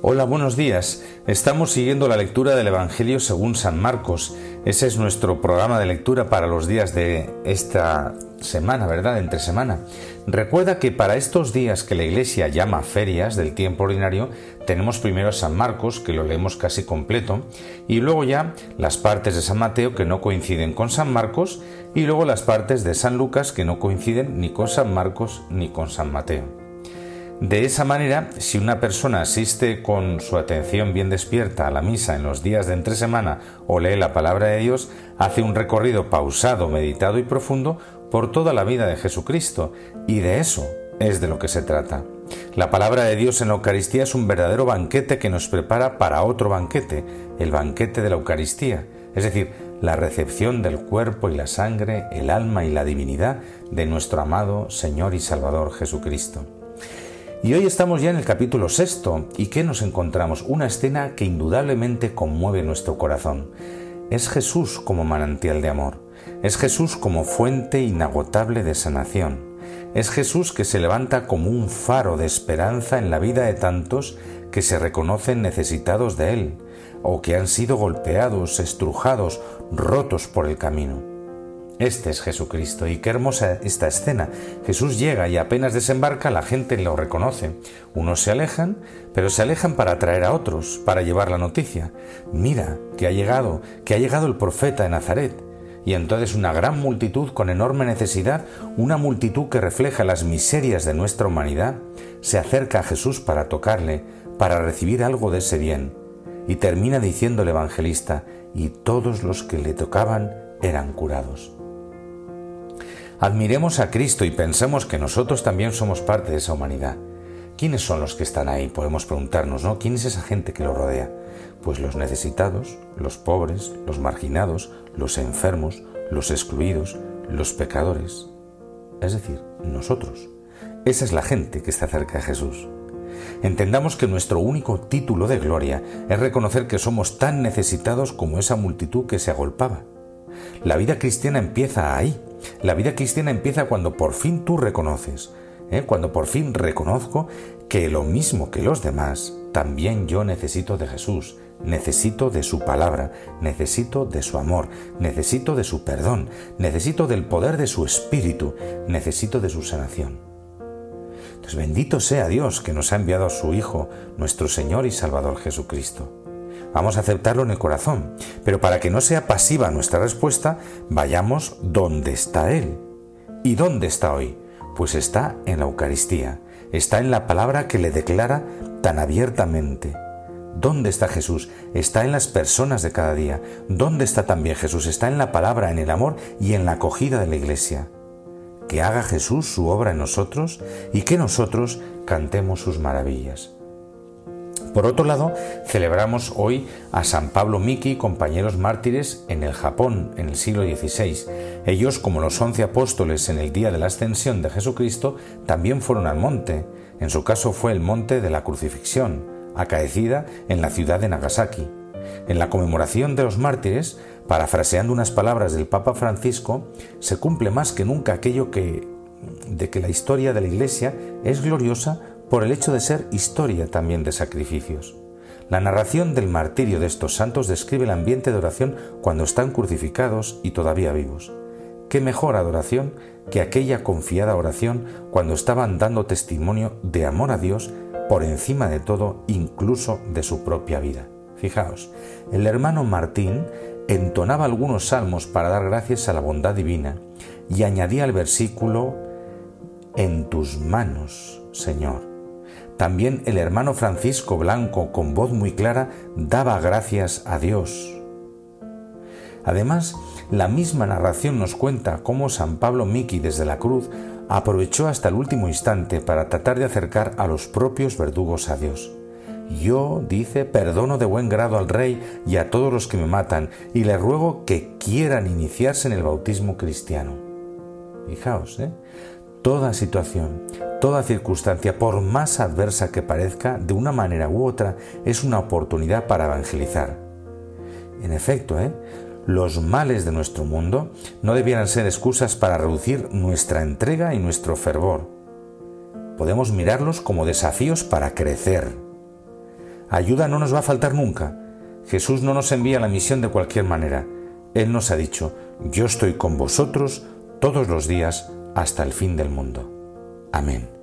Hola, buenos días. Estamos siguiendo la lectura del Evangelio según San Marcos. Ese es nuestro programa de lectura para los días de esta semana, ¿verdad? Entre semana. Recuerda que para estos días que la Iglesia llama ferias del tiempo ordinario, tenemos primero a San Marcos, que lo leemos casi completo, y luego ya las partes de San Mateo que no coinciden con San Marcos, y luego las partes de San Lucas que no coinciden ni con San Marcos ni con San Mateo. De esa manera, si una persona asiste con su atención bien despierta a la misa en los días de entre semana o lee la palabra de Dios, hace un recorrido pausado, meditado y profundo por toda la vida de Jesucristo, y de eso es de lo que se trata. La palabra de Dios en la Eucaristía es un verdadero banquete que nos prepara para otro banquete, el banquete de la Eucaristía, es decir, la recepción del cuerpo y la sangre, el alma y la divinidad de nuestro amado Señor y Salvador Jesucristo. Y hoy estamos ya en el capítulo 6, ¿y qué nos encontramos? Una escena que indudablemente conmueve nuestro corazón. Es Jesús como manantial de amor, es Jesús como fuente inagotable de sanación, es Jesús que se levanta como un faro de esperanza en la vida de tantos que se reconocen necesitados de Él, o que han sido golpeados, estrujados, rotos por el camino. Este es Jesucristo, y qué hermosa esta escena. Jesús llega y apenas desembarca, la gente lo reconoce. Unos se alejan, pero se alejan para atraer a otros, para llevar la noticia. Mira, que ha llegado el profeta de Nazaret. Y entonces una gran multitud con enorme necesidad, una multitud que refleja las miserias de nuestra humanidad, se acerca a Jesús para tocarle, para recibir algo de ese bien. Y termina diciendo el evangelista, y todos los que le tocaban eran curados. Admiremos a Cristo y pensemos que nosotros también somos parte de esa humanidad. ¿Quiénes son los que están ahí? Podemos preguntarnos, ¿no? ¿Quién es esa gente que lo rodea? Pues los necesitados, los pobres, los marginados, los enfermos, los excluidos, los pecadores. Es decir, nosotros. Esa es la gente que está cerca de Jesús. Entendamos que nuestro único título de gloria es reconocer que somos tan necesitados como esa multitud que se agolpaba. La vida cristiana empieza ahí. La vida cristiana empieza cuando por fin tú reconoces, cuando por fin reconozco que lo mismo que los demás, también yo necesito de Jesús, necesito de su palabra, necesito de su amor, necesito de su perdón, necesito del poder de su espíritu, necesito de su sanación. Entonces, bendito sea Dios que nos ha enviado a su Hijo, nuestro Señor y Salvador Jesucristo. Vamos a aceptarlo en el corazón, pero para que no sea pasiva nuestra respuesta, vayamos donde está Él. ¿Y dónde está hoy? Pues está en la Eucaristía, está en la palabra que le declara tan abiertamente. ¿Dónde está Jesús? Está en las personas de cada día. ¿Dónde está también Jesús? Está en la palabra, en el amor y en la acogida de la Iglesia. Que haga Jesús su obra en nosotros y que nosotros cantemos sus maravillas. Por otro lado, celebramos hoy a San Pablo Miki y compañeros mártires en el Japón, en el siglo XVI. Ellos, como los 11 apóstoles en el día de la ascensión de Jesucristo, también fueron al monte. En su caso fue el monte de la crucifixión, acaecida en la ciudad de Nagasaki. En la conmemoración de los mártires, parafraseando unas palabras del Papa Francisco, se cumple más que nunca aquello de que la historia de la Iglesia es gloriosa por el hecho de ser historia también de sacrificios. La narración del martirio de estos santos describe el ambiente de oración cuando están crucificados y todavía vivos. ¿Qué mejor adoración que aquella confiada oración cuando estaban dando testimonio de amor a Dios por encima de todo, incluso de su propia vida? Fijaos, el hermano Martín entonaba algunos salmos para dar gracias a la bondad divina y añadía el versículo «En tus manos, Señor». También el hermano Francisco Blanco, con voz muy clara, daba gracias a Dios. Además, la misma narración nos cuenta cómo San Pablo Miki desde la cruz aprovechó hasta el último instante para tratar de acercar a los propios verdugos a Dios. Yo, dice, perdono de buen grado al Rey y a todos los que me matan, y les ruego que quieran iniciarse en el bautismo cristiano. Fijaos, toda situación, toda circunstancia, por más adversa que parezca, de una manera u otra, es una oportunidad para evangelizar. En efecto, los males de nuestro mundo no debieran ser excusas para reducir nuestra entrega y nuestro fervor. Podemos mirarlos como desafíos para crecer. Ayuda no nos va a faltar nunca. Jesús no nos envía a la misión de cualquier manera. Él nos ha dicho: yo estoy con vosotros todos los días hasta el fin del mundo. Amén.